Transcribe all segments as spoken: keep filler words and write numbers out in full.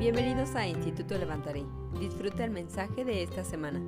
Bienvenidos a Instituto Levantaré. Disfruta el mensaje de esta semana.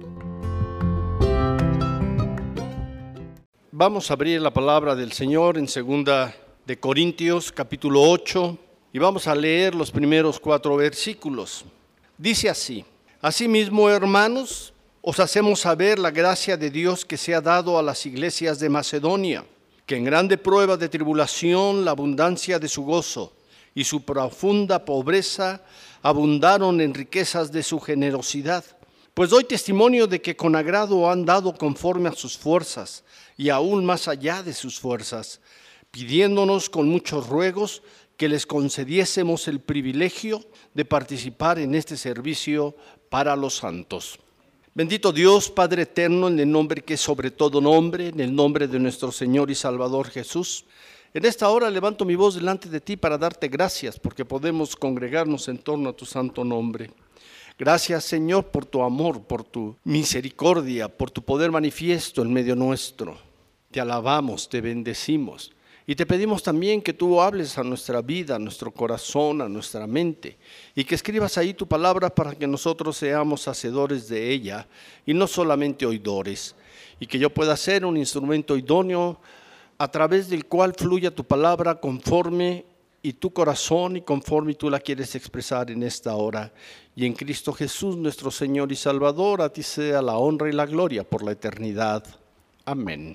Vamos a abrir la palabra del Señor en segunda de Corintios, capítulo ocho, y vamos a leer los primeros cuatro versículos. Dice así: Asimismo, hermanos, os hacemos saber la gracia de Dios que se ha dado a las iglesias de Macedonia, que en grande prueba de tribulación la abundancia de su gozo y su profunda pobreza abundaron en riquezas de su generosidad. Pues doy testimonio de que con agrado han dado conforme a sus fuerzas y aún más allá de sus fuerzas, pidiéndonos con muchos ruegos que les concediésemos el privilegio de participar en este servicio para los santos. Bendito Dios, Padre eterno, en el nombre que es sobre todo nombre, en el nombre de nuestro Señor y Salvador Jesús. En esta hora levanto mi voz delante de ti para darte gracias porque podemos congregarnos en torno a tu santo nombre. Gracias, Señor, por tu amor, por tu misericordia, por tu poder manifiesto en medio nuestro. Te alabamos, te bendecimos y te pedimos también que tú hables a nuestra vida, a nuestro corazón, a nuestra mente, y que escribas ahí tu palabra para que nosotros seamos hacedores de ella y no solamente oidores, y que yo pueda ser un instrumento idóneo a través del cual fluya tu palabra conforme y tu corazón y conforme tú la quieres expresar en esta hora. Y en Cristo Jesús, nuestro Señor y Salvador, a ti sea la honra y la gloria por la eternidad. Amén.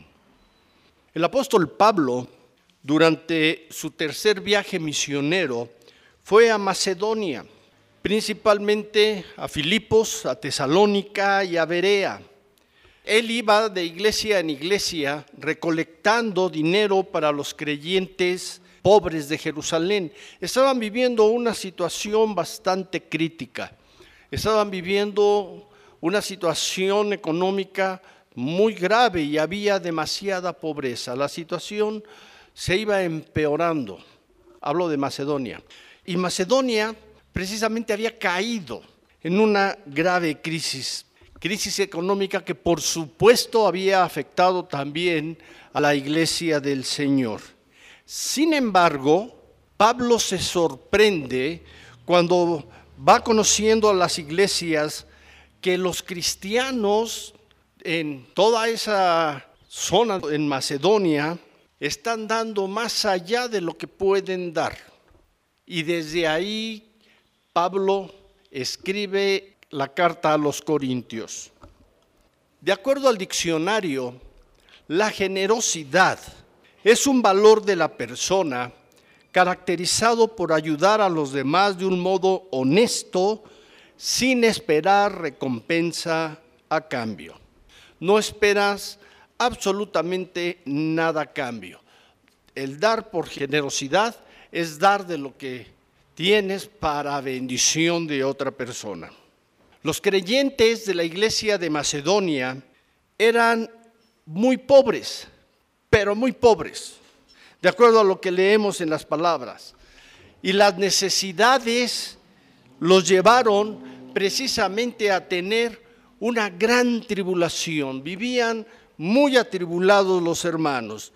El apóstol Pablo, durante su tercer viaje misionero, fue a Macedonia, principalmente a Filipos, a Tesalónica y a Berea. Él iba de iglesia en iglesia recolectando dinero para los creyentes pobres de Jerusalén. Estaban viviendo una situación bastante crítica. Estaban viviendo una situación económica muy grave y había demasiada pobreza. La situación se iba empeorando. Hablo de Macedonia. Y Macedonia precisamente había caído en una grave crisis. Crisis económica que por supuesto había afectado también a la iglesia del Señor. Sin embargo, Pablo se sorprende cuando va conociendo a las iglesias que los cristianos en toda esa zona en Macedonia están dando más allá de lo que pueden dar. Y desde ahí Pablo escribe la carta a los Corintios. De acuerdo al diccionario, la generosidad es un valor de la persona caracterizado por ayudar a los demás de un modo honesto, sin esperar recompensa a cambio. No esperas absolutamente nada a cambio. El dar por generosidad es dar de lo que tienes para bendición de otra persona. Los creyentes de la iglesia de Macedonia eran muy pobres, pero muy pobres, de acuerdo a lo que leemos en las palabras. Y las necesidades los llevaron precisamente a tener una gran tribulación. Vivían muy atribulados los hermanos.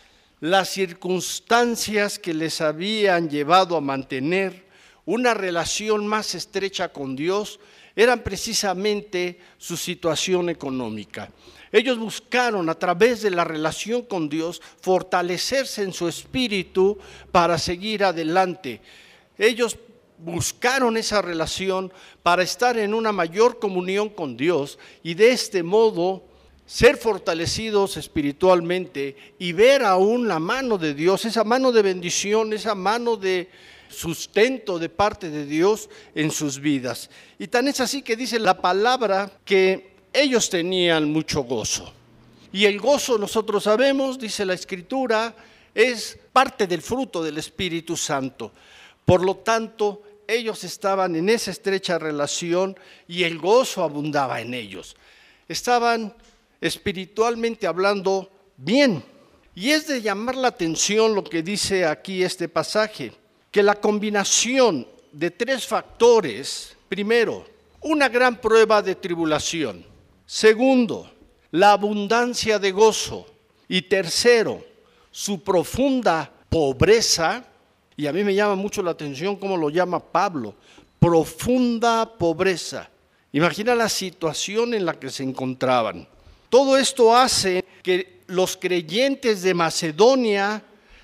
Las circunstancias que les habían llevado a mantener una relación más estrecha con Dios eran precisamente su situación económica. Ellos buscaron a través de la relación con Dios fortalecerse en su espíritu para seguir adelante. Ellos buscaron esa relación para estar en una mayor comunión con Dios y de este modo ser fortalecidos espiritualmente y ver aún la mano de Dios, esa mano de bendición, esa mano de sustento de parte de Dios en sus vidas. Y tan es así que dice la palabra que ellos tenían mucho gozo. Y el gozo, nosotros sabemos, dice la Escritura, es parte del fruto del Espíritu Santo. Por lo tanto, ellos estaban en esa estrecha relación y el gozo abundaba en ellos. Estaban espiritualmente hablando bien. Y es de llamar la atención lo que dice aquí este pasaje, que la combinación de tres factores: primero, una gran prueba de tribulación; segundo, la abundancia de gozo; y tercero, su profunda pobreza. Y a mí me llama mucho la atención cómo lo llama Pablo, profunda pobreza. Imagina la situación en la que se encontraban. Todo esto hace que los creyentes de Macedonia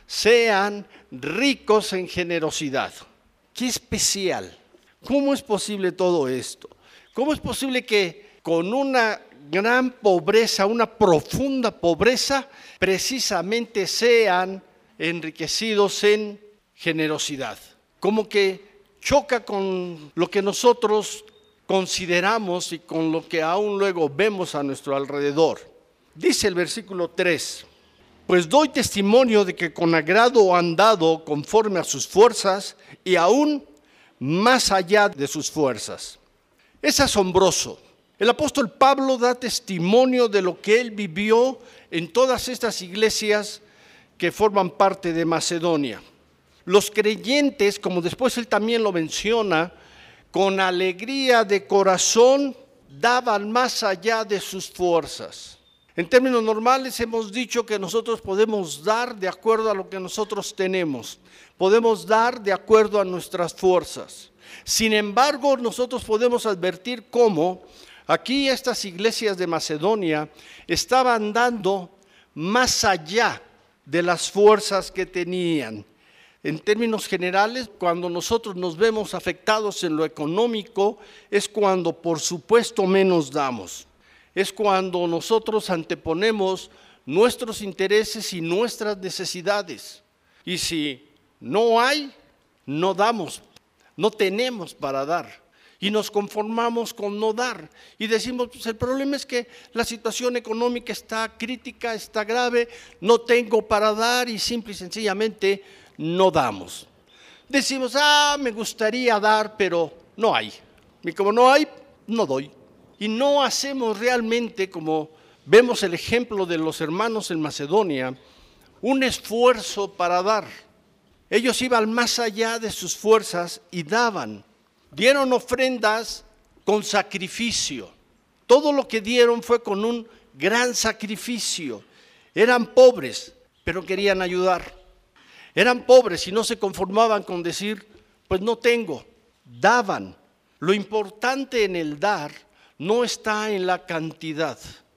sean ricos en generosidad. ¡Qué especial! ¿Cómo es posible todo esto? ¿Cómo es posible que con una gran pobreza, una profunda pobreza, precisamente sean enriquecidos en generosidad? Como que choca con lo que nosotros consideramos y con lo que aún luego vemos a nuestro alrededor. Dice el versículo tres: pues doy testimonio de que con agrado han dado conforme a sus fuerzas y aún más allá de sus fuerzas. Es asombroso. El apóstol Pablo da testimonio de lo que él vivió en todas estas iglesias que forman parte de Macedonia. Los creyentes, como después él también lo menciona, con alegría de corazón daban más allá de sus fuerzas. En términos normales hemos dicho que nosotros podemos dar de acuerdo a lo que nosotros tenemos. Podemos dar de acuerdo a nuestras fuerzas. Sin embargo, nosotros podemos advertir cómo aquí estas iglesias de Macedonia estaban dando más allá de las fuerzas que tenían. En términos generales, cuando nosotros nos vemos afectados en lo económico, es cuando por supuesto menos damos. Es cuando nosotros anteponemos nuestros intereses y nuestras necesidades. Y si no hay, no damos, no tenemos para dar. Y nos conformamos con no dar. Y decimos, pues el problema es que la situación económica está crítica, está grave, no tengo para dar y simple y sencillamente no damos. Decimos, ah, me gustaría dar, pero no hay. Y como no hay, no doy. Y no hacemos realmente, como vemos el ejemplo de los hermanos en Macedonia, un esfuerzo para dar. Ellos iban más allá de sus fuerzas y daban. Dieron ofrendas con sacrificio. Todo lo que dieron fue con un gran sacrificio. Eran pobres, pero querían ayudar. Eran pobres y no se conformaban con decir, pues no tengo. Daban. Lo importante en el dar no está en la cantidad,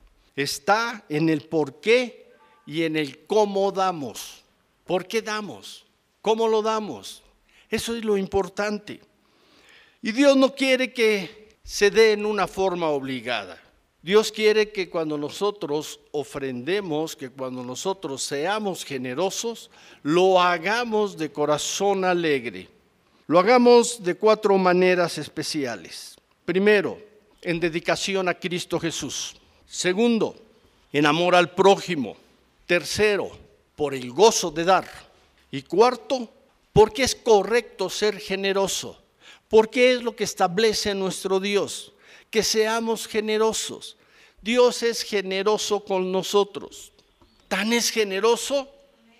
está en el por qué y en el cómo damos. ¿Por qué damos? ¿Cómo lo damos? Eso es lo importante. Y Dios no quiere que se dé en una forma obligada. Dios quiere que cuando nosotros ofrendemos, que cuando nosotros seamos generosos, lo hagamos de corazón alegre. Lo hagamos de cuatro maneras especiales. Primero, en dedicación a Cristo Jesús. Segundo, en amor al prójimo. Tercero, por el gozo de dar. Y cuarto, porque es correcto ser generoso. Porque es lo que establece nuestro Dios, que seamos generosos. Dios es generoso con nosotros. Tan es generoso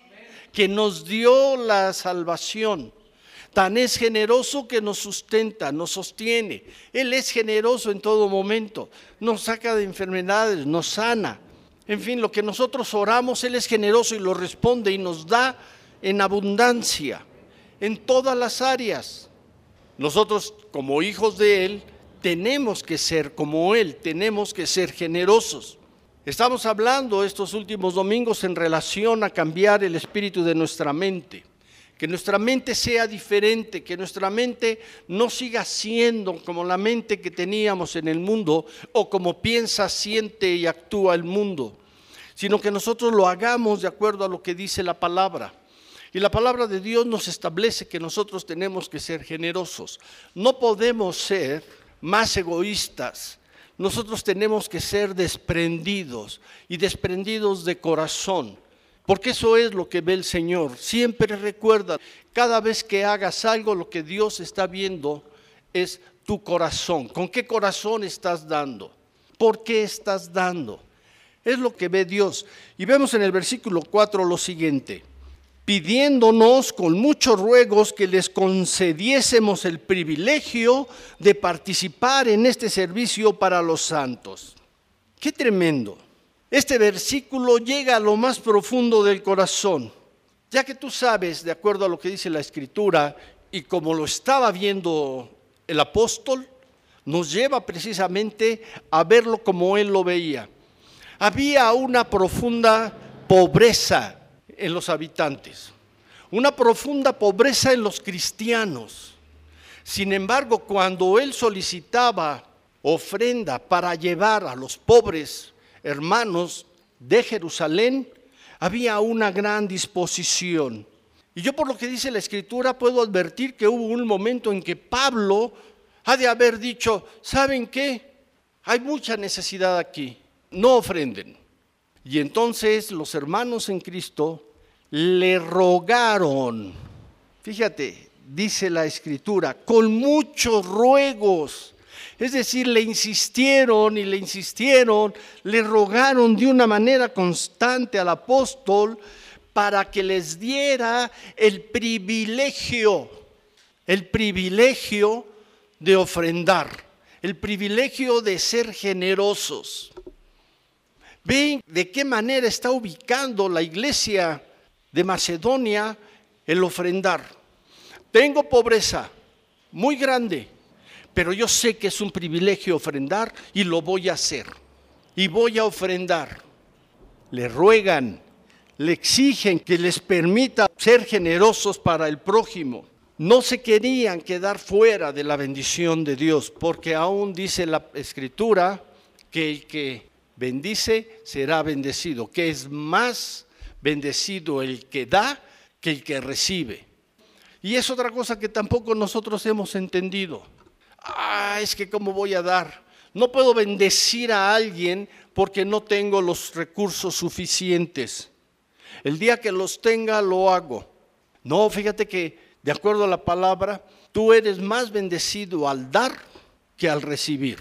que nos dio la salvación. Tan es generoso que nos sustenta, nos sostiene. Él es generoso en todo momento. Nos saca de enfermedades, nos sana. En fin, lo que nosotros oramos, Él es generoso y lo responde y nos da en abundancia, en todas las áreas. Nosotros, como hijos de Él, tenemos que ser como Él, tenemos que ser generosos. Estamos hablando estos últimos domingos en relación a cambiar el espíritu de nuestra mente. Que nuestra mente sea diferente, que nuestra mente no siga siendo como la mente que teníamos en el mundo o como piensa, siente y actúa el mundo, sino que nosotros lo hagamos de acuerdo a lo que dice la palabra. Y la palabra de Dios nos establece que nosotros tenemos que ser generosos. No podemos ser más egoístas. Nosotros tenemos que ser desprendidos y desprendidos de corazón. Porque eso es lo que ve el Señor. Siempre recuerda, cada vez que hagas algo, lo que Dios está viendo es tu corazón. ¿Con qué corazón estás dando? ¿Por qué estás dando? Es lo que ve Dios. Y vemos en el versículo cuatro lo siguiente: pidiéndonos con muchos ruegos que les concediésemos el privilegio de participar en este servicio para los santos. ¡Qué tremendo! Este versículo llega a lo más profundo del corazón, ya que tú sabes, de acuerdo a lo que dice la Escritura, y como lo estaba viendo el apóstol nos lleva precisamente a verlo como él lo veía. Había una profunda pobreza en los habitantes, una profunda pobreza en los cristianos. Sin embargo, cuando él solicitaba ofrenda para llevar a los pobres hermanos de Jerusalén, había una gran disposición. Y yo, por lo que dice la Escritura, puedo advertir que hubo un momento en que Pablo ha de haber dicho: ¿saben qué? Hay mucha necesidad aquí, no ofrenden. Y entonces los hermanos en Cristo le rogaron, fíjate, dice la Escritura, con muchos ruegos. Es decir, le insistieron y le insistieron, le rogaron de una manera constante al apóstol para que les diera el privilegio, el privilegio de ofrendar, el privilegio de ser generosos. ¿Ven de qué manera está ubicando la iglesia de Macedonia el ofrendar? Tengo pobreza muy grande, pero yo sé que es un privilegio ofrendar y lo voy a hacer. Y voy a ofrendar. Le ruegan, le exigen que les permita ser generosos para el prójimo. No se querían quedar fuera de la bendición de Dios, porque aún dice la Escritura que el que bendice será bendecido, que es más bendecido el que da que el que recibe. Y es otra cosa que tampoco nosotros hemos entendido. Ah, es que ¿cómo voy a dar? No puedo bendecir a alguien porque no tengo los recursos suficientes. El día que los tenga, lo hago. No, fíjate que de acuerdo a la palabra, tú eres más bendecido al dar que al recibir.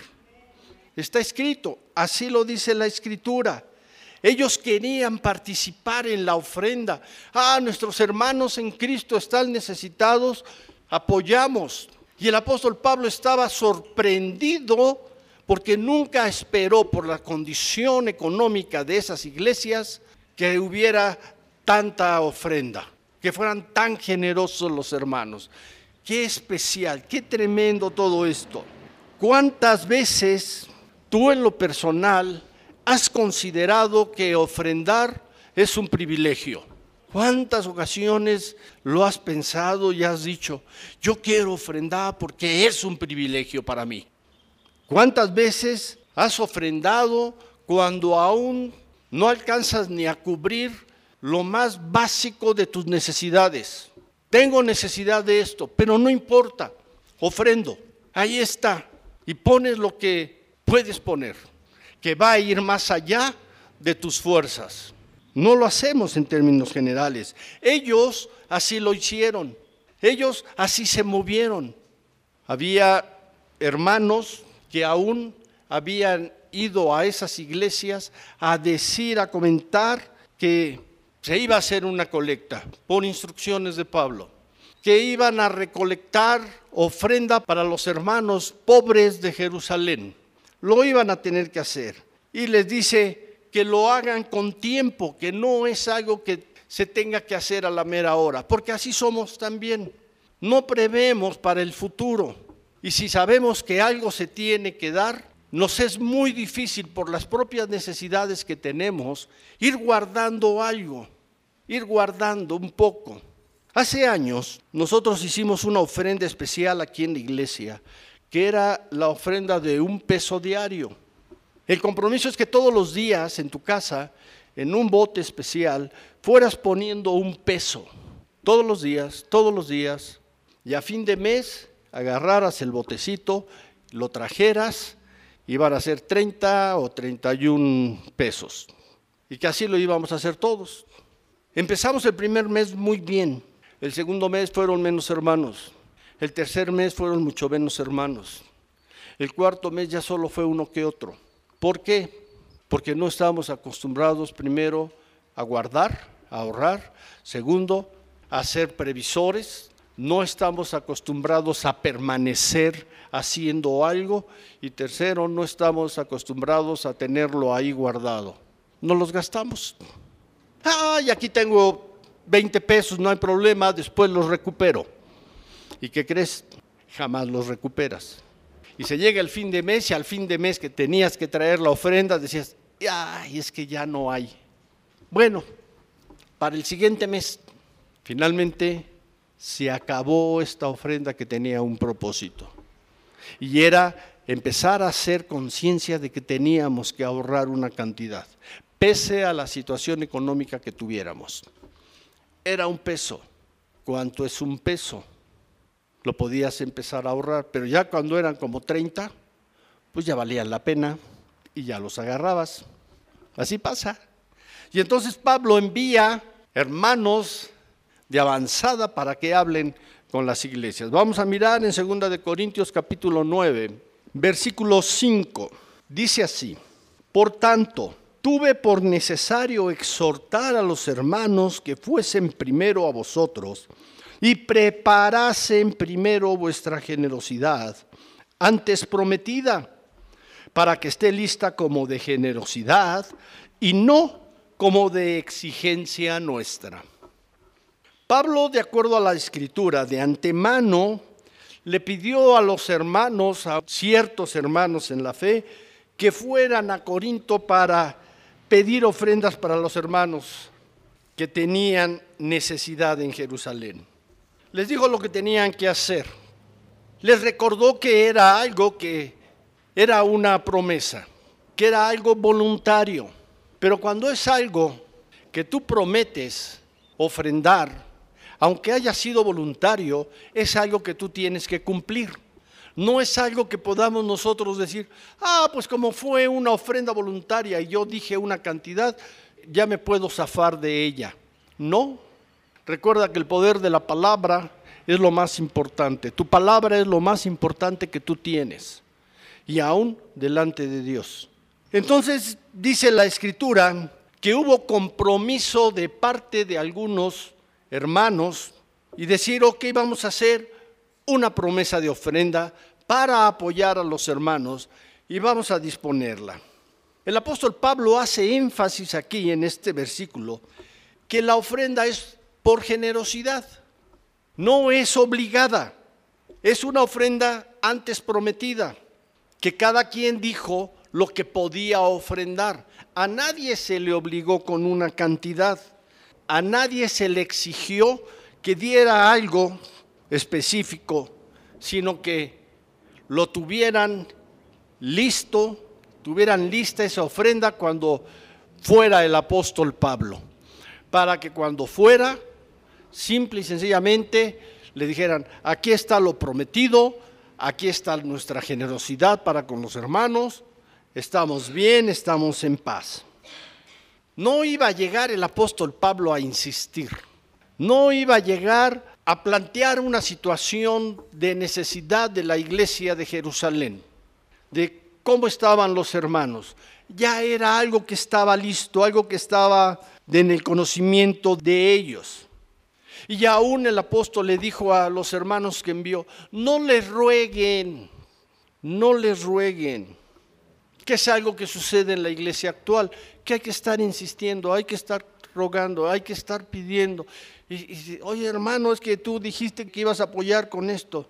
Está escrito, así lo dice la Escritura. Ellos querían participar en la ofrenda. Ah, nuestros hermanos en Cristo están necesitados, apoyamos. Y el apóstol Pablo estaba sorprendido porque nunca esperó, por la condición económica de esas iglesias, que hubiera tanta ofrenda, que fueran tan generosos los hermanos. Qué especial, qué tremendo todo esto. ¿Cuántas veces tú en lo personal has considerado que ofrendar es un privilegio? ¿Cuántas ocasiones lo has pensado y has dicho: yo quiero ofrendar porque es un privilegio para mí? ¿Cuántas veces has ofrendado cuando aún no alcanzas ni a cubrir lo más básico de tus necesidades? Tengo necesidad de esto, pero no importa, ofrendo. Ahí está. Y pones lo que puedes poner, que va a ir más allá de tus fuerzas. No lo hacemos en términos generales. Ellos así lo hicieron. Ellos así se movieron. Había hermanos que aún habían ido a esas iglesias a decir, a comentar que se iba a hacer una colecta por instrucciones de Pablo, que iban a recolectar ofrenda para los hermanos pobres de Jerusalén. Lo iban a tener que hacer. Y les dice que lo hagan con tiempo, que no es algo que se tenga que hacer a la mera hora, porque así somos también. No prevemos para el futuro. Y si sabemos que algo se tiene que dar, nos es muy difícil por las propias necesidades que tenemos ir guardando algo, ir guardando un poco. Hace años nosotros hicimos una ofrenda especial aquí en la iglesia, que era la ofrenda de un peso diario. El compromiso es que todos los días en tu casa, en un bote especial, fueras poniendo un peso. Todos los días, todos los días, y a fin de mes agarraras el botecito, lo trajeras, iban a ser treinta o treinta y un pesos. Y que así lo íbamos a hacer todos. Empezamos el primer mes muy bien. El segundo mes fueron menos hermanos. El tercer mes fueron mucho menos hermanos. El cuarto mes ya solo fue uno que otro. ¿Por qué? Porque no estábamos acostumbrados, primero, a guardar, a ahorrar. Segundo, a ser previsores. No estamos acostumbrados a permanecer haciendo algo. Y tercero, no estamos acostumbrados a tenerlo ahí guardado. Nos los gastamos. ¡Ay, aquí tengo veinte pesos, no hay problema, después los recupero! ¿Y qué crees? jamás los recuperas. Y se llega el fin de mes y al fin de mes que tenías que traer la ofrenda, decías, ay, es que ya no hay. Bueno, para el siguiente mes, finalmente se acabó esta ofrenda que tenía un propósito. Y era empezar a hacer conciencia de que teníamos que ahorrar una cantidad, pese a la situación económica que tuviéramos. Era un peso. ¿Cuánto es un peso? Lo podías empezar a ahorrar, pero ya cuando eran como treinta, pues ya valían la pena y ya los agarrabas. Así pasa. Y entonces Pablo envía hermanos de avanzada para que hablen con las iglesias. Vamos a mirar en segunda de Corintios capítulo nueve, versículo cinco. Dice así: por tanto, tuve por necesario exhortar a los hermanos que fuesen primero a vosotros y preparasen primero vuestra generosidad, antes prometida, para que esté lista como de generosidad y no como de exigencia nuestra. Pablo, de acuerdo a la Escritura, de antemano le pidió a los hermanos, a ciertos hermanos en la fe, que fueran a Corinto para pedir ofrendas para los hermanos que tenían necesidad en Jerusalén. Les dijo lo que tenían que hacer. Les recordó que era algo que era una promesa, que era algo voluntario. Pero cuando es algo que tú prometes ofrendar, aunque haya sido voluntario, es algo que tú tienes que cumplir. No es algo que podamos nosotros decir, ah, pues como fue una ofrenda voluntaria y yo dije una cantidad, ya me puedo zafar de ella. No, recuerda que el poder de la palabra es lo más importante. Tu palabra es lo más importante que tú tienes, y aún delante de Dios. Entonces dice la Escritura que hubo compromiso de parte de algunos hermanos y decir, ok, vamos a hacer una promesa de ofrenda para apoyar a los hermanos y vamos a disponerla. El apóstol Pablo hace énfasis aquí en este versículo que la ofrenda es por generosidad, no es obligada, es una ofrenda antes prometida, que cada quien dijo lo que podía ofrendar. A nadie se le obligó con una cantidad, a nadie se le exigió que diera algo específico, sino que lo tuvieran listo, tuvieran lista esa ofrenda cuando fuera el apóstol Pablo, para que cuando fuera, simple y sencillamente le dijeran, aquí está lo prometido, aquí está nuestra generosidad para con los hermanos, estamos bien, estamos en paz. No iba a llegar el apóstol Pablo a insistir, no iba a llegar a plantear una situación de necesidad de la iglesia de Jerusalén, de cómo estaban los hermanos. Ya era algo que estaba listo, algo que estaba en el conocimiento de ellos. Y aún el apóstol le dijo a los hermanos que envió, no les rueguen, no les rueguen, que es algo que sucede en la iglesia actual, que hay que estar insistiendo, hay que estar rogando, hay que estar pidiendo. Y, y oye hermano, es que tú dijiste que ibas a apoyar con esto.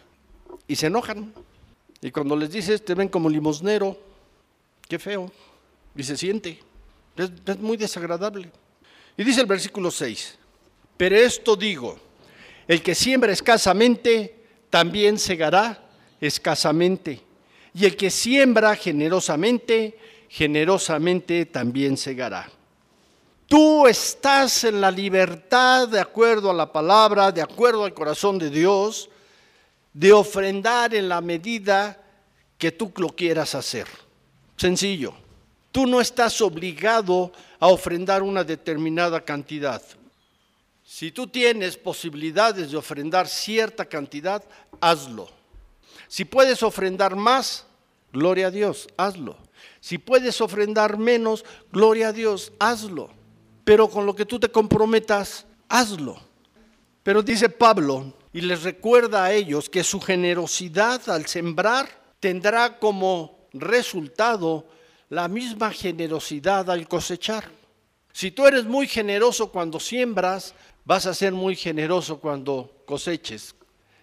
Y se enojan. Y cuando les dices, te ven como limosnero, qué feo. Y se siente, es, es muy desagradable. Y dice el versículo seis, pero esto digo, el que siembra escasamente, también segará escasamente. Y el que siembra generosamente, generosamente también segará. Tú estás en la libertad, de acuerdo a la palabra, de acuerdo al corazón de Dios, de ofrendar en la medida que tú lo quieras hacer. Sencillo. Tú no estás obligado a ofrendar una determinada cantidad. Si tú tienes posibilidades de ofrendar cierta cantidad, hazlo. Si puedes ofrendar más, gloria a Dios, hazlo. Si puedes ofrendar menos, gloria a Dios, hazlo. Pero con lo que tú te comprometas, hazlo. Pero dice Pablo, y les recuerda a ellos que su generosidad al sembrar tendrá como resultado la misma generosidad al cosechar. Si tú eres muy generoso cuando siembras, vas a ser muy generoso cuando coseches.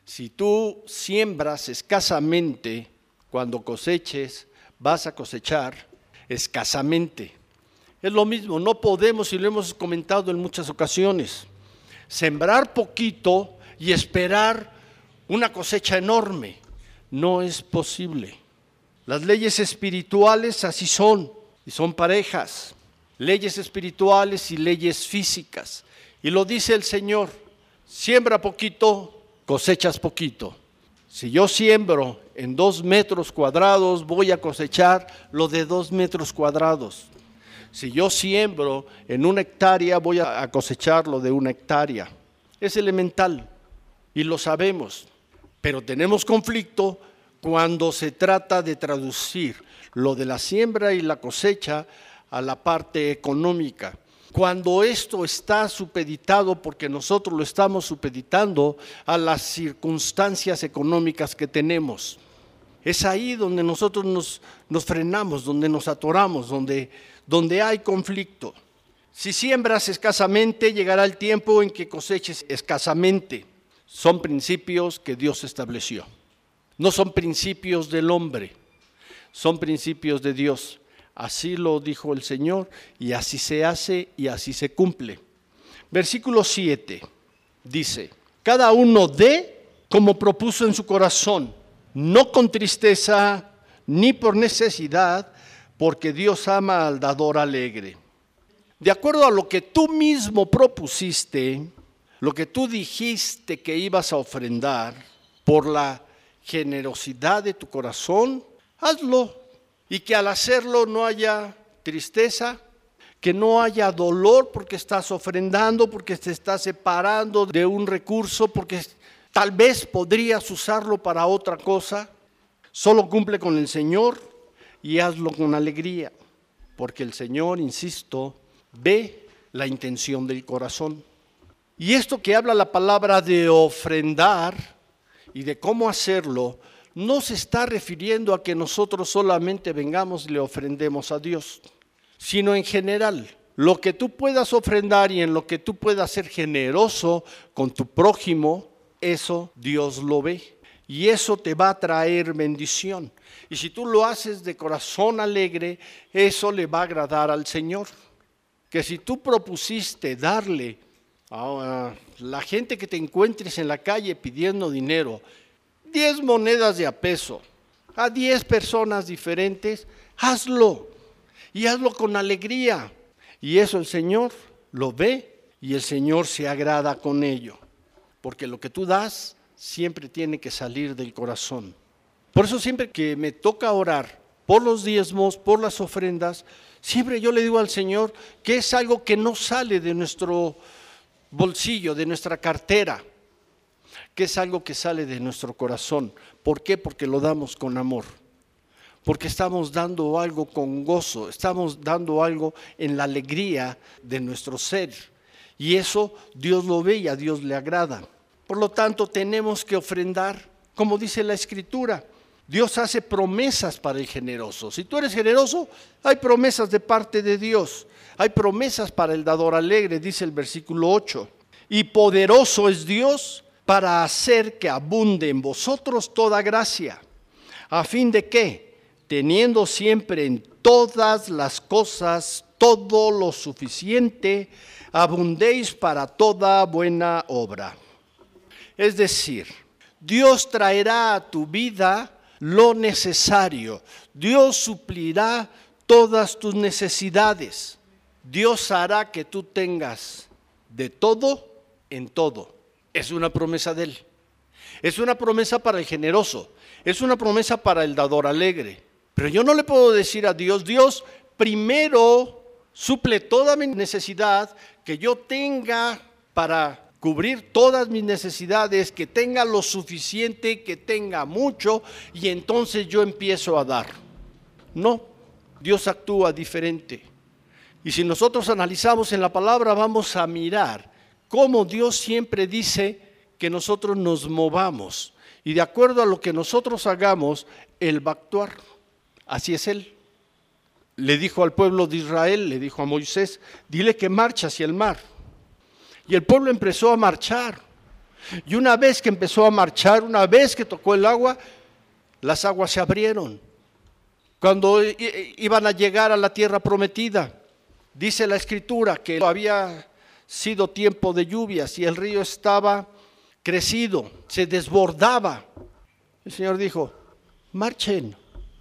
Si tú siembras escasamente, cuando coseches, vas a cosechar escasamente. Es lo mismo, no podemos, y lo hemos comentado en muchas ocasiones, sembrar poquito y esperar una cosecha enorme. No es posible. Las leyes espirituales así son, y son parejas. Leyes espirituales y leyes físicas. Y lo dice el Señor, siembra poquito, cosechas poquito. Si yo siembro en dos metros cuadrados, voy a cosechar lo de dos metros cuadrados. Si yo siembro en una hectárea, voy a cosechar lo de una hectárea. Es elemental y lo sabemos, pero tenemos conflicto cuando se trata de traducir lo de la siembra y la cosecha a la parte económica. Cuando esto está supeditado, porque nosotros lo estamos supeditando a las circunstancias económicas que tenemos. Es ahí donde nosotros nos, nos frenamos, donde nos atoramos, donde, donde hay conflicto. Si siembras escasamente, llegará el tiempo en que coseches escasamente. Son principios que Dios estableció. No son principios del hombre, son principios de Dios. Así lo dijo el Señor y así se hace y así se cumple. Versículo siete dice, cada uno dé como propuso en su corazón, no con tristeza ni por necesidad, porque Dios ama al dador alegre. De acuerdo a lo que tú mismo propusiste, lo que tú dijiste que ibas a ofrendar, por la generosidad de tu corazón, hazlo. Y que al hacerlo no haya tristeza, que no haya dolor porque estás ofrendando, porque te estás separando de un recurso, porque tal vez podrías usarlo para otra cosa. Solo cumple con el Señor y hazlo con alegría, porque el Señor, insisto, ve la intención del corazón. Y esto que habla la palabra de ofrendar y de cómo hacerlo, no se está refiriendo a que nosotros solamente vengamos y le ofrendemos a Dios, sino en general, lo que tú puedas ofrendar y en lo que tú puedas ser generoso con tu prójimo, eso Dios lo ve y eso te va a traer bendición. Y si tú lo haces de corazón alegre, eso le va a agradar al Señor. Que si tú propusiste darle a la gente que te encuentres en la calle pidiendo dinero, diez monedas de a peso, a diez personas diferentes, hazlo y hazlo con alegría. Y eso el Señor lo ve y el Señor se agrada con ello. Porque lo que tú das siempre tiene que salir del corazón. Por eso siempre que me toca orar por los diezmos, por las ofrendas, siempre yo le digo al Señor que es algo que no sale de nuestro bolsillo, de nuestra cartera, que es algo que sale de nuestro corazón. ¿Por qué? Porque lo damos con amor, porque estamos dando algo con gozo, estamos dando algo en la alegría de nuestro ser, y eso Dios lo ve y a Dios le agrada. Por lo tanto, tenemos que ofrendar, como dice la Escritura. Dios hace promesas para el generoso. Si tú eres generoso, hay promesas de parte de Dios, hay promesas para el dador alegre, dice el versículo ocho. Y poderoso es Dios para hacer que abunde en vosotros toda gracia, a fin de que, teniendo siempre en todas las cosas todo lo suficiente, abundéis para toda buena obra. Es decir, Dios traerá a tu vida lo necesario, Dios suplirá todas tus necesidades, Dios hará que tú tengas de todo en todo. Es una promesa de Él, es una promesa para el generoso, es una promesa para el dador alegre. Pero yo no le puedo decir a Dios, Dios, primero suple toda mi necesidad, que yo tenga para cubrir todas mis necesidades, que tenga lo suficiente, que tenga mucho, y entonces yo empiezo a dar. No, Dios actúa diferente. Y si nosotros analizamos en la palabra, vamos a mirar cómo Dios siempre dice que nosotros nos movamos. Y de acuerdo a lo que nosotros hagamos, Él va a actuar. Así es Él. Le dijo al pueblo de Israel, le dijo a Moisés, dile que marche hacia el mar. Y el pueblo empezó a marchar. Y una vez que empezó a marchar, una vez que tocó el agua, las aguas se abrieron. Cuando iban a llegar a la tierra prometida, dice la Escritura que había sido tiempo de lluvias y el río estaba crecido, se desbordaba. El Señor dijo, marchen.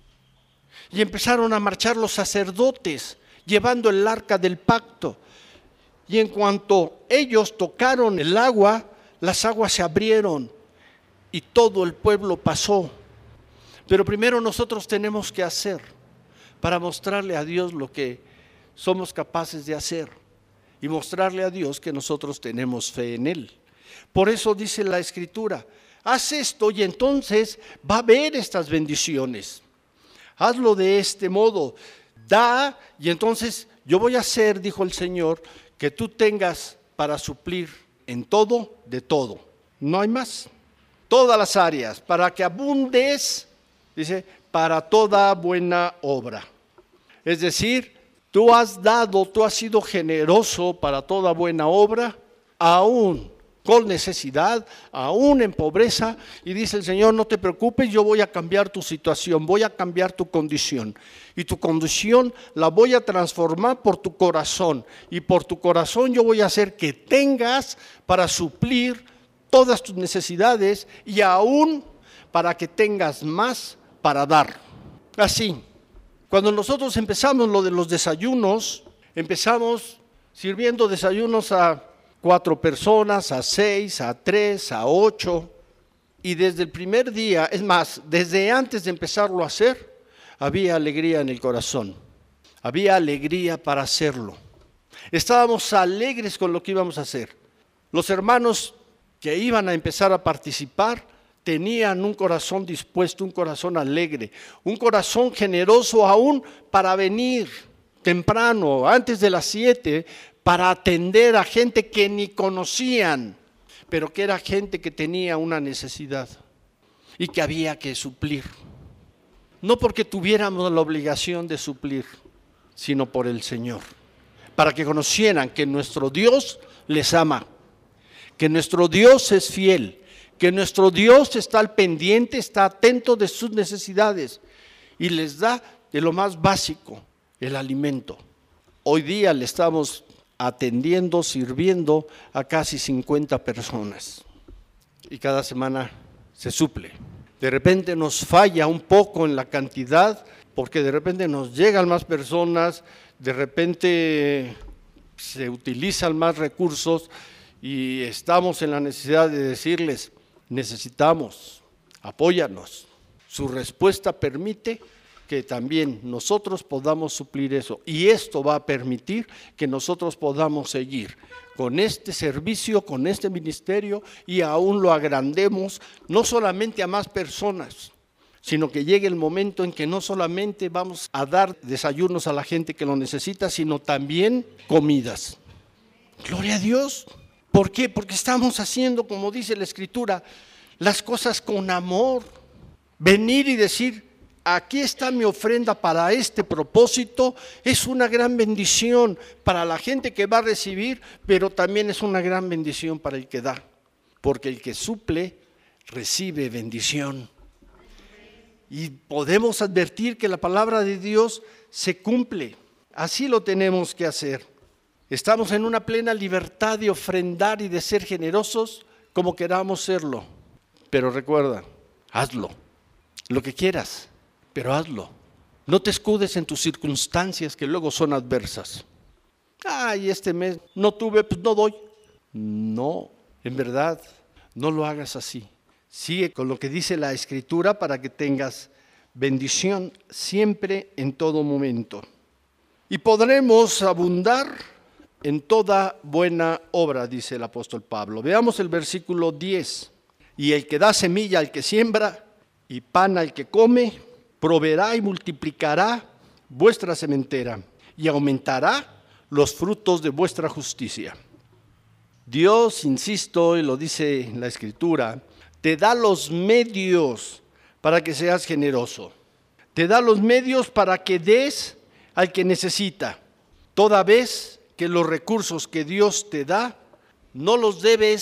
Y empezaron a marchar los sacerdotes, llevando el arca del pacto. Y en cuanto ellos tocaron el agua, las aguas se abrieron y todo el pueblo pasó. Pero primero nosotros tenemos que hacer para mostrarle a Dios lo que somos capaces de hacer y mostrarle a Dios que nosotros tenemos fe en Él. Por eso dice la Escritura, haz esto y entonces va a haber estas bendiciones. Hazlo de este modo, da y entonces yo voy a hacer, dijo el Señor, que tú tengas para suplir en todo, de todo. No hay más. Todas las áreas, para que abundes, dice, para toda buena obra. Es decir, tú has dado, tú has sido generoso para toda buena obra, aún con necesidad, aún en pobreza, y dice el Señor, no te preocupes, yo voy a cambiar tu situación, voy a cambiar tu condición, y tu condición la voy a transformar por tu corazón, y por tu corazón yo voy a hacer que tengas para suplir todas tus necesidades, y aún para que tengas más para dar. Así, cuando nosotros empezamos lo de los desayunos, empezamos sirviendo desayunos a cuatro personas, a seis, a tres, a ocho, y desde el primer día, es más, desde antes de empezarlo a hacer, había alegría en el corazón, había alegría para hacerlo. Estábamos alegres con lo que íbamos a hacer. Los hermanos que iban a empezar a participar tenían un corazón dispuesto, un corazón alegre, un corazón generoso aún para venir temprano, antes de las siete, para atender a gente que ni conocían, pero que era gente que tenía una necesidad y que había que suplir. No porque tuviéramos la obligación de suplir, sino por el Señor, para que conocieran que nuestro Dios les ama, que nuestro Dios es fiel, que nuestro Dios está al pendiente, está atento de sus necesidades y les da de lo más básico, el alimento. Hoy día le estamos atendiendo, sirviendo a casi cincuenta personas y cada semana se suple. De repente nos falla un poco en la cantidad porque de repente nos llegan más personas, de repente se utilizan más recursos y estamos en la necesidad de decirles, necesitamos, apóyanos. Su respuesta permite que también nosotros podamos suplir eso. Y esto va a permitir que nosotros podamos seguir con este servicio, con este ministerio y aún lo agrandemos, no solamente a más personas, sino que llegue el momento en que no solamente vamos a dar desayunos a la gente que lo necesita, sino también comidas. Gloria a Dios. ¿Por qué? Porque estamos haciendo, como dice la Escritura, las cosas con amor. Venir y decir, aquí está mi ofrenda para este propósito, es una gran bendición para la gente que va a recibir, pero también es una gran bendición para el que da, porque el que suple, recibe bendición. Y podemos advertir que la palabra de Dios se cumple, así lo tenemos que hacer. Estamos en una plena libertad de ofrendar y de ser generosos como queramos serlo, pero recuerda, hazlo, lo que quieras. Pero hazlo. No te escudes en tus circunstancias que luego son adversas. Ay, este mes no tuve, pues no doy. No, en verdad, no lo hagas así. Sigue con lo que dice la Escritura para que tengas bendición siempre, en todo momento. Y podremos abundar en toda buena obra, dice el apóstol Pablo. Veamos el versículo diez. Y el que da semilla al que siembra y pan al que come, proveerá y multiplicará vuestra sementera y aumentará los frutos de vuestra justicia. Dios, insisto, y lo dice la Escritura, te da los medios para que seas generoso. Te da los medios para que des al que necesita. Toda vez que los recursos que Dios te da, no los debes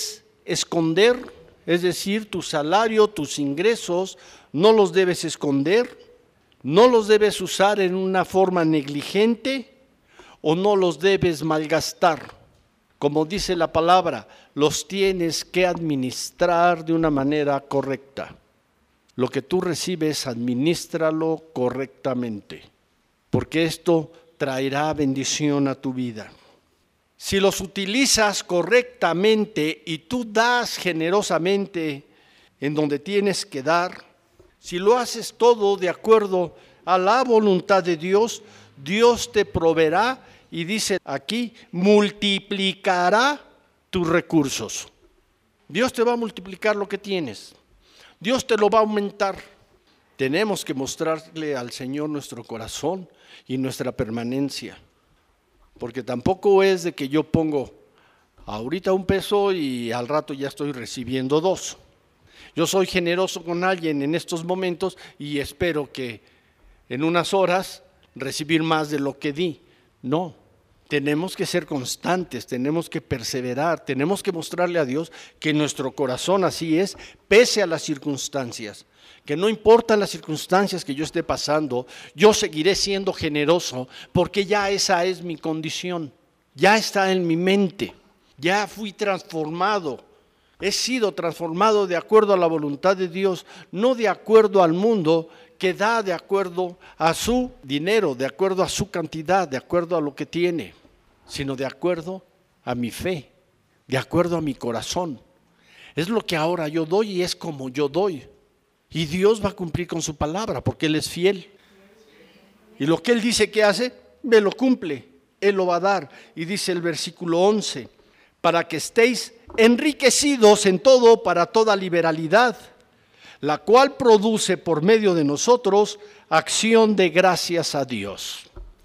esconder, es decir, tu salario, tus ingresos, no los debes esconder, no los debes usar en una forma negligente o no los debes malgastar. Como dice la palabra, los tienes que administrar de una manera correcta. Lo que tú recibes, adminístralo correctamente, porque esto traerá bendición a tu vida. Si los utilizas correctamente y tú das generosamente en donde tienes que dar, si lo haces todo de acuerdo a la voluntad de Dios, Dios te proveerá y dice aquí, multiplicará tus recursos. Dios te va a multiplicar lo que tienes. Dios te lo va a aumentar. Tenemos que mostrarle al Señor nuestro corazón y nuestra permanencia. Porque tampoco es de que yo pongo ahorita un peso y al rato ya estoy recibiendo dos. Yo soy generoso con alguien en estos momentos y espero que en unas horas recibir más de lo que di. No, tenemos que ser constantes, tenemos que perseverar, tenemos que mostrarle a Dios que nuestro corazón así es, pese a las circunstancias. Que no importan las circunstancias que yo esté pasando, yo seguiré siendo generoso porque ya esa es mi condición, ya está en mi mente, ya fui transformado, he sido transformado de acuerdo a la voluntad de Dios, no de acuerdo al mundo que da de acuerdo a su dinero, de acuerdo a su cantidad, de acuerdo a lo que tiene, sino de acuerdo a mi fe, de acuerdo a mi corazón. Es lo que ahora yo doy y es como yo doy. Y Dios va a cumplir con su palabra porque Él es fiel. Y lo que Él dice que hace, me lo cumple. Él lo va a dar. Y dice el versículo once, para que estéis enriquecidos en todo para toda liberalidad, la cual produce por medio de nosotros acción de gracias a Dios.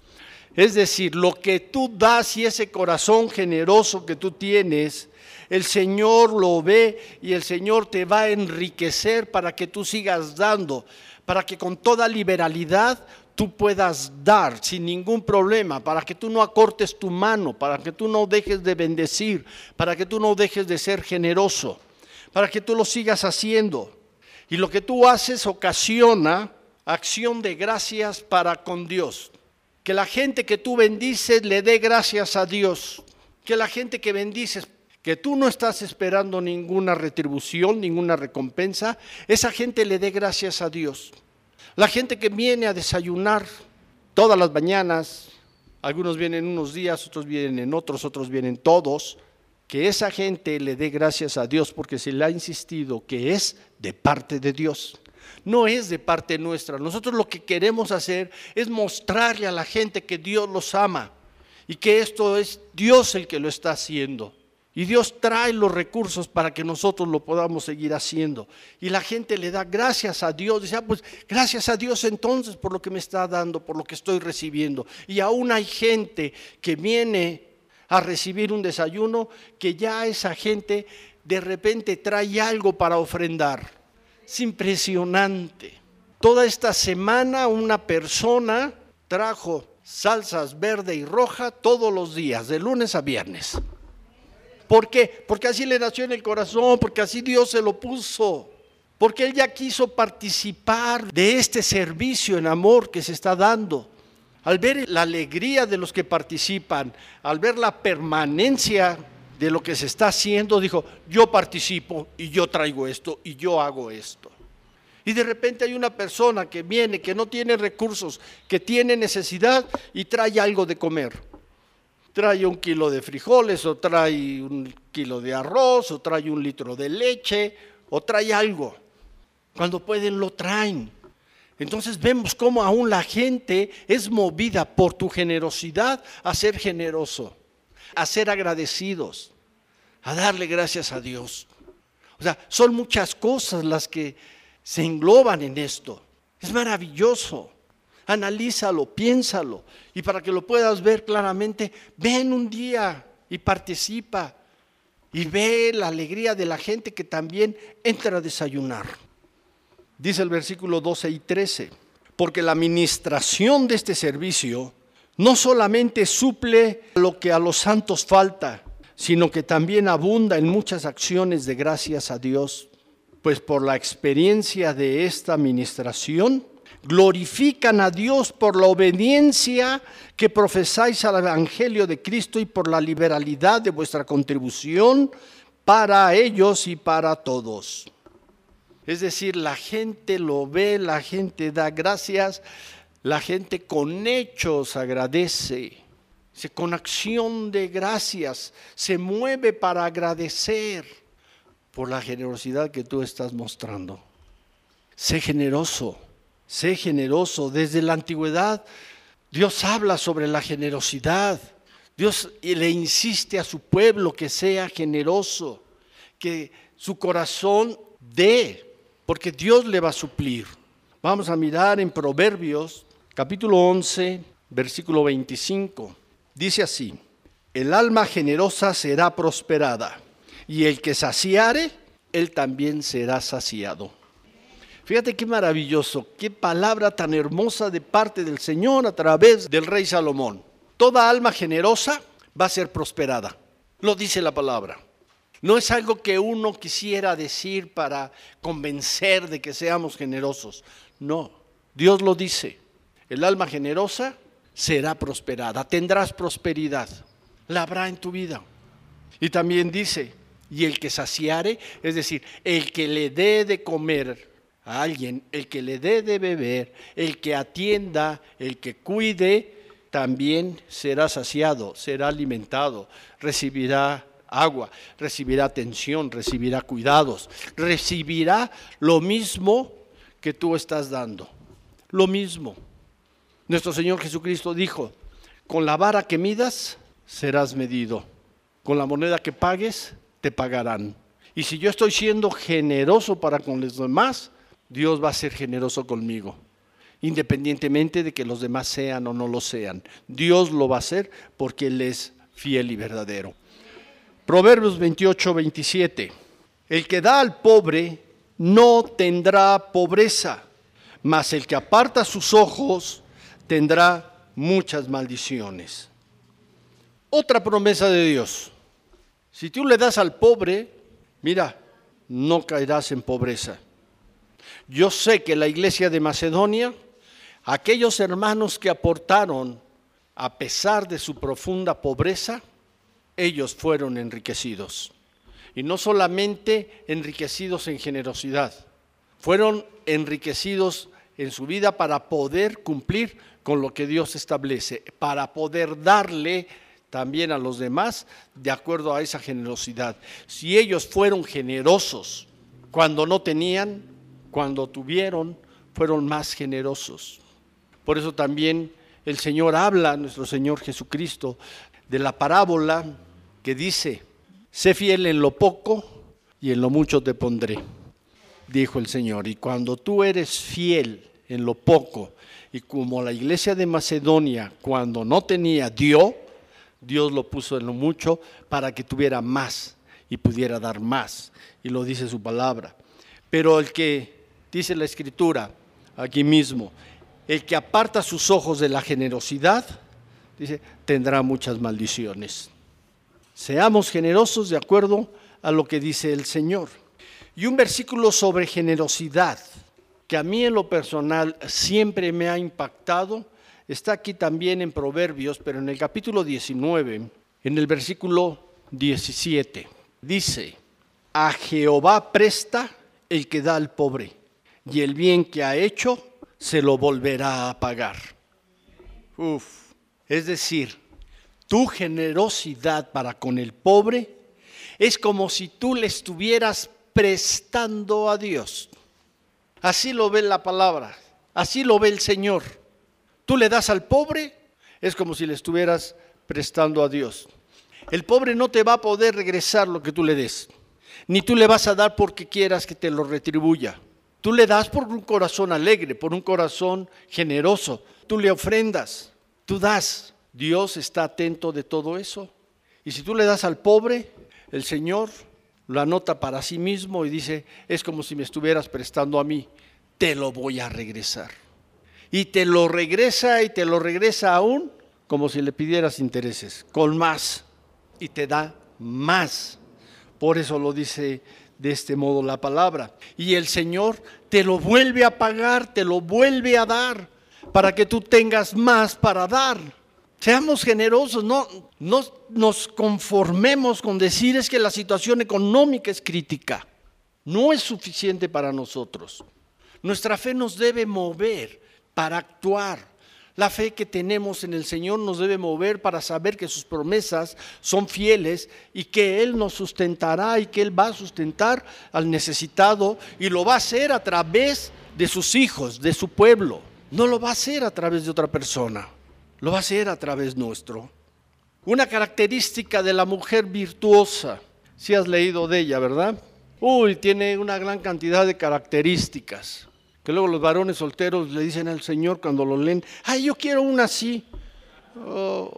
Es decir, lo que tú das y ese corazón generoso que tú tienes, el Señor lo ve y el Señor te va a enriquecer para que tú sigas dando, para que con toda liberalidad tú puedas dar sin ningún problema, para que tú no acortes tu mano, para que tú no dejes de bendecir, para que tú no dejes de ser generoso, para que tú lo sigas haciendo. Y lo que tú haces ocasiona acción de gracias para con Dios. Que la gente que tú bendices le dé gracias a Dios. Que la gente que bendices, que tú no estás esperando ninguna retribución, ninguna recompensa, esa gente le dé gracias a Dios. La gente que viene a desayunar todas las mañanas, algunos vienen unos días, otros vienen en otros, otros vienen todos, que esa gente le dé gracias a Dios porque se le ha insistido que es de parte de Dios. No es de parte nuestra. Nosotros lo que queremos hacer es mostrarle a la gente que Dios los ama y que esto es Dios el que lo está haciendo. Y Dios trae los recursos para que nosotros lo podamos seguir haciendo. Y la gente le da gracias a Dios. Dice, ah, pues gracias a Dios entonces por lo que me está dando, por lo que estoy recibiendo. Y aún hay gente que viene a recibir un desayuno que ya esa gente de repente trae algo para ofrendar. Es impresionante. Toda esta semana una persona trajo salsas verde y roja todos los días, de lunes a viernes. ¿Por qué? Porque así le nació en el corazón, porque así Dios se lo puso, porque Él ya quiso participar de este servicio en amor que se está dando. Al ver la alegría de los que participan, al ver la permanencia de lo que se está haciendo, dijo, yo participo y yo traigo esto y yo hago esto. Y de repente hay una persona que viene, que no tiene recursos, que tiene necesidad y trae algo de comer. Trae un kilo de frijoles, o trae un kilo de arroz, o trae un litro de leche, o trae algo. Cuando pueden lo traen. Entonces vemos cómo aún la gente es movida por tu generosidad a ser generoso, a ser agradecidos, a darle gracias a Dios. O sea, son muchas cosas las que se engloban en esto. Es maravilloso. Analízalo, piénsalo, y para que lo puedas ver claramente, ven un día y participa, y ve la alegría de la gente que también entra a desayunar. Dice el versículo doce y trece, porque la administración de este servicio no solamente suple lo que a los santos falta, sino que también abunda en muchas acciones de gracias a Dios, pues por la experiencia de esta administración, glorifican a Dios por la obediencia que profesáis al Evangelio de Cristo y por la liberalidad de vuestra contribución para ellos y para todos. Es decir, la gente lo ve, la gente da gracias, la gente con hechos agradece, con acción de gracias, se mueve para agradecer por la generosidad que tú estás mostrando. Sé generoso, sé generoso. Desde la antigüedad Dios habla sobre la generosidad. Dios le insiste a su pueblo que sea generoso, que su corazón dé, porque Dios le va a suplir. Vamos a mirar en Proverbios, capítulo once, versículo veinticinco. Dice así: el alma generosa será prosperada, y el que saciare, él también será saciado. Fíjate qué maravilloso, qué palabra tan hermosa de parte del Señor a través del rey Salomón. Toda alma generosa va a ser prosperada, lo dice la palabra. No es algo que uno quisiera decir para convencer de que seamos generosos. No, Dios lo dice. El alma generosa será prosperada, tendrás prosperidad, la habrá en tu vida. Y también dice, y el que saciare, es decir, el que le dé de comer a alguien, el que le dé de beber, el que atienda, el que cuide, también será saciado, será alimentado, recibirá agua, recibirá atención, recibirá cuidados, recibirá lo mismo que tú estás dando, lo mismo. Nuestro Señor Jesucristo dijo, con la vara que midas serás medido, con la moneda que pagues te pagarán. Y si yo estoy siendo generoso para con los demás, Dios va a ser generoso conmigo, independientemente de que los demás sean o no lo sean. Dios lo va a hacer porque Él es fiel y verdadero. Proverbios veintiocho, veintisiete. El que da al pobre no tendrá pobreza, mas el que aparta sus ojos tendrá muchas maldiciones. Otra promesa de Dios. Si tú le das al pobre, mira, no caerás en pobreza. Yo sé que la iglesia de Macedonia, aquellos hermanos que aportaron a pesar de su profunda pobreza, ellos fueron enriquecidos. Y no solamente enriquecidos en generosidad, fueron enriquecidos en su vida para poder cumplir con lo que Dios establece, para poder darle también a los demás de acuerdo a esa generosidad. Si ellos fueron generosos cuando no tenían, cuando tuvieron, fueron más generosos. Por eso también el Señor habla, nuestro Señor Jesucristo, de la parábola que dice, sé fiel en lo poco y en lo mucho te pondré, dijo el Señor. Y cuando tú eres fiel en lo poco, y como la iglesia de Macedonia, cuando no tenía, dio, Dios lo puso en lo mucho para que tuviera más y pudiera dar más. Y lo dice su palabra. Pero el que, dice la Escritura, aquí mismo, el que aparta sus ojos de la generosidad, dice, tendrá muchas maldiciones. Seamos generosos de acuerdo a lo que dice el Señor. Y un versículo sobre generosidad, que a mí en lo personal siempre me ha impactado, está aquí también en Proverbios, pero en el capítulo diecinueve, en el versículo diecisiete, dice, a Jehová presta el que da al pobre, y el bien que ha hecho se lo volverá a pagar. Uf, es decir, tu generosidad para con el pobre es como si tú le estuvieras prestando a Dios. Así lo ve la palabra, así lo ve el Señor. Tú le das al pobre, es como si le estuvieras prestando a Dios. El pobre no te va a poder regresar lo que tú le des, ni tú le vas a dar porque quieras que te lo retribuya. Tú le das por un corazón alegre, por un corazón generoso. Tú le ofrendas, tú das. Dios está atento de todo eso. Y si tú le das al pobre, el Señor lo anota para sí mismo y dice, es como si me estuvieras prestando a mí, te lo voy a regresar. Y te lo regresa y te lo regresa aún como si le pidieras intereses, con más, y te da más. Por eso lo dice de este modo la palabra. Y el Señor te lo vuelve a pagar, te lo vuelve a dar, para que tú tengas más para dar. Seamos generosos, no, no nos conformemos con decir es que la situación económica es crítica. No es suficiente para nosotros. Nuestra fe nos debe mover para actuar. La fe que tenemos en el Señor nos debe mover para saber que sus promesas son fieles y que Él nos sustentará y que Él va a sustentar al necesitado y lo va a hacer a través de sus hijos, de su pueblo. No lo va a hacer a través de otra persona, lo va a hacer a través nuestro. Una característica de la mujer virtuosa, si has leído de ella, ¿verdad? Uy, tiene una gran cantidad de características. Que luego los varones solteros le dicen al Señor cuando lo leen, ay, yo quiero una así. Oh.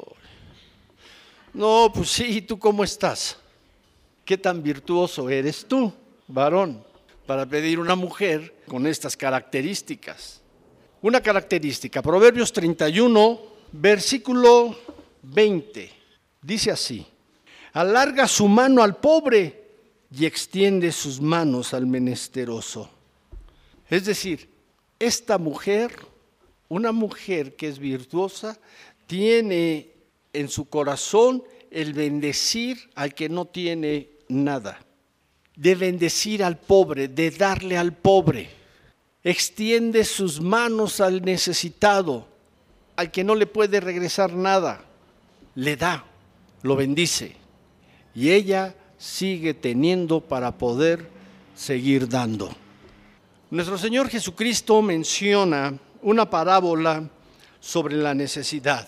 No, pues sí, ¿tú cómo estás? ¿Qué tan virtuoso eres tú, varón, para pedir una mujer con estas características? Una característica, Proverbios treinta y uno, versículo veinte, dice así: alarga su mano al pobre y extiende sus manos al menesteroso. Es decir, esta mujer, una mujer que es virtuosa, tiene en su corazón el bendecir al que no tiene nada, de bendecir al pobre, de darle al pobre. Extiende sus manos al necesitado, al que no le puede regresar nada, le da, lo bendice. Y ella sigue teniendo para poder seguir dando. Nuestro Señor Jesucristo menciona una parábola sobre la necesidad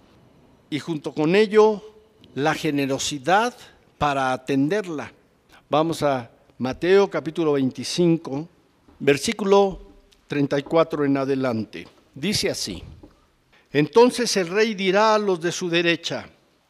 y junto con ello la generosidad para atenderla. Vamos a Mateo capítulo veinticinco, versículo treinta y cuatro en adelante. Dice así: entonces el rey dirá a los de su derecha: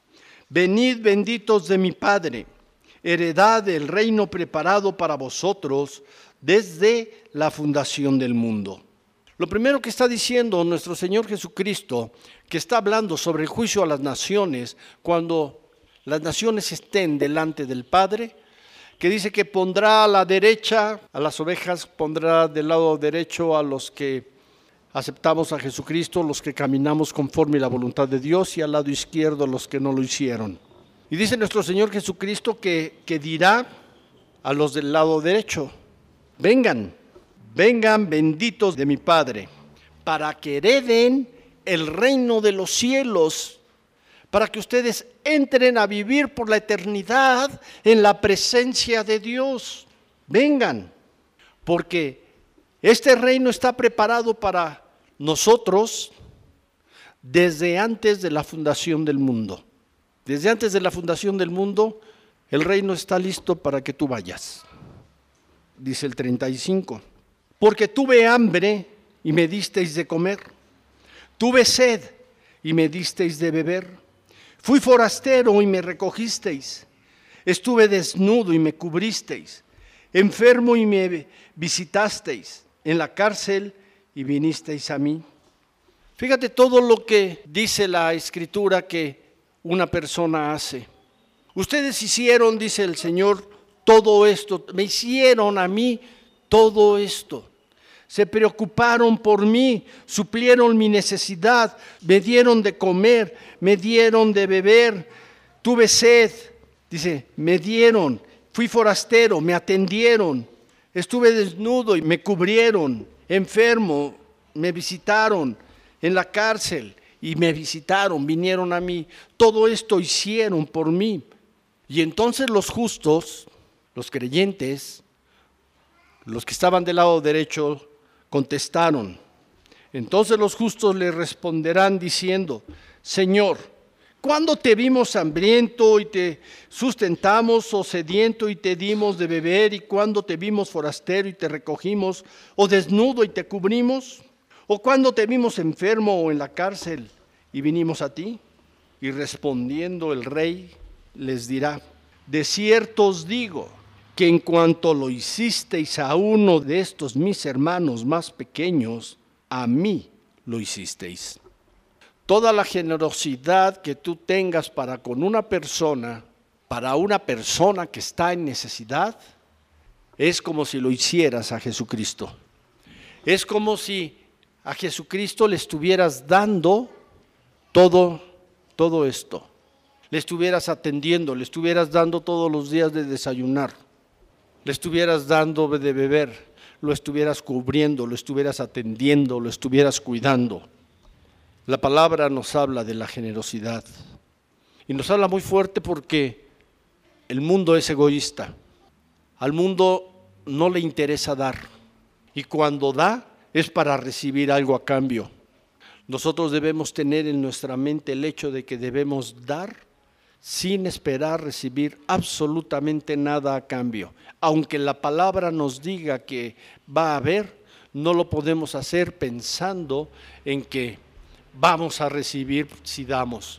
venid benditos de mi Padre, heredad del reino preparado para vosotros desde la fundación del mundo. Lo primero que está diciendo nuestro Señor Jesucristo, que está hablando sobre el juicio a las naciones, cuando las naciones estén delante del Padre, que dice que pondrá a la derecha a las ovejas, pondrá del lado derecho a los que aceptamos a Jesucristo, los que caminamos conforme a la voluntad de Dios, y al lado izquierdo a los que no lo hicieron. Y dice nuestro Señor Jesucristo que, que dirá a los del lado derecho: vengan, vengan benditos de mi Padre, para que hereden el reino de los cielos, para que ustedes entren a vivir por la eternidad en la presencia de Dios. Vengan, porque este reino está preparado para nosotros desde antes de la fundación del mundo. Desde antes de la fundación del mundo, el reino está listo para que tú vayas. Dice el treinta y cinco, porque tuve hambre y me disteis de comer, tuve sed y me disteis de beber, fui forastero y me recogisteis, estuve desnudo y me cubristeis, enfermo y me visitasteis, en la cárcel y vinisteis a mí. Fíjate todo lo que dice la Escritura que una persona hace. Ustedes hicieron, dice el Señor, todo esto, me hicieron a mí todo esto. Se preocuparon por mí, suplieron mi necesidad, me dieron de comer, me dieron de beber, tuve sed, dice, me dieron, fui forastero, me atendieron, estuve desnudo y me cubrieron, enfermo, me visitaron, en la cárcel y me visitaron, vinieron a mí. Todo esto hicieron por mí. Y entonces los justos, los creyentes, los que estaban del lado derecho, contestaron. Entonces los justos le responderán diciendo: Señor, ¿cuándo te vimos hambriento y te sustentamos, o sediento y te dimos de beber? ¿Y cuándo te vimos forastero y te recogimos, o desnudo y te cubrimos? ¿O cuándo te vimos enfermo o en la cárcel y vinimos a ti? Y respondiendo el rey les dirá: de cierto os digo que en cuanto lo hicisteis a uno de estos mis hermanos más pequeños, a mí lo hicisteis. Toda la generosidad que tú tengas para con una persona, para una persona que está en necesidad, es como si lo hicieras a Jesucristo. Es como si a Jesucristo le estuvieras dando todo, todo esto. Le estuvieras atendiendo, le estuvieras dando todos los días de desayunar, le estuvieras dando de beber, lo estuvieras cubriendo, lo estuvieras atendiendo, lo estuvieras cuidando. La palabra nos habla de la generosidad y nos habla muy fuerte porque el mundo es egoísta. Al mundo no le interesa dar y cuando da es para recibir algo a cambio. Nosotros debemos tener en nuestra mente el hecho de que debemos dar sin esperar recibir absolutamente nada a cambio. Aunque la palabra nos diga que va a haber, no lo podemos hacer pensando en que vamos a recibir si damos.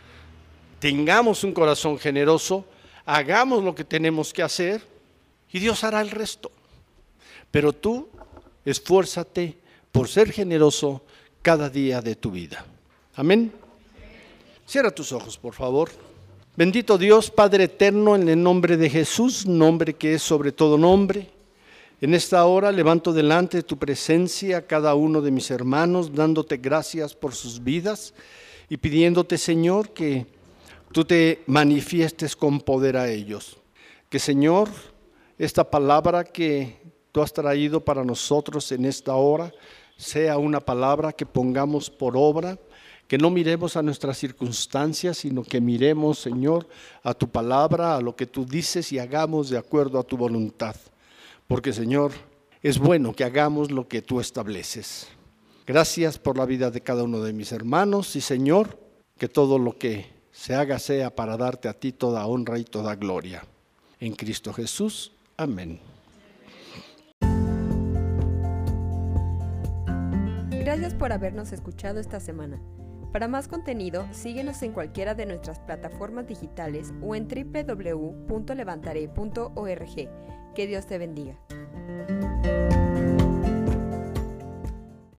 Tengamos un corazón generoso, hagamos lo que tenemos que hacer y Dios hará el resto. Pero tú esfuérzate por ser generoso cada día de tu vida. Amén. Cierra tus ojos, por favor. Bendito Dios, Padre eterno, en el nombre de Jesús, nombre que es sobre todo nombre. En esta hora levanto delante de tu presencia a cada uno de mis hermanos, dándote gracias por sus vidas y pidiéndote, Señor, que tú te manifiestes con poder a ellos. Que, Señor, esta palabra que tú has traído para nosotros en esta hora sea una palabra que pongamos por obra, que no miremos a nuestras circunstancias, sino que miremos, Señor, a tu palabra, a lo que tú dices y hagamos de acuerdo a tu voluntad. Porque, Señor, es bueno que hagamos lo que tú estableces. Gracias por la vida de cada uno de mis hermanos y, Señor, que todo lo que se haga sea para darte a ti toda honra y toda gloria. En Cristo Jesús. Amén. Gracias por habernos escuchado esta semana. Para más contenido, síguenos en cualquiera de nuestras plataformas digitales o en doble u doble u doble u punto levantaré punto org. Que Dios te bendiga.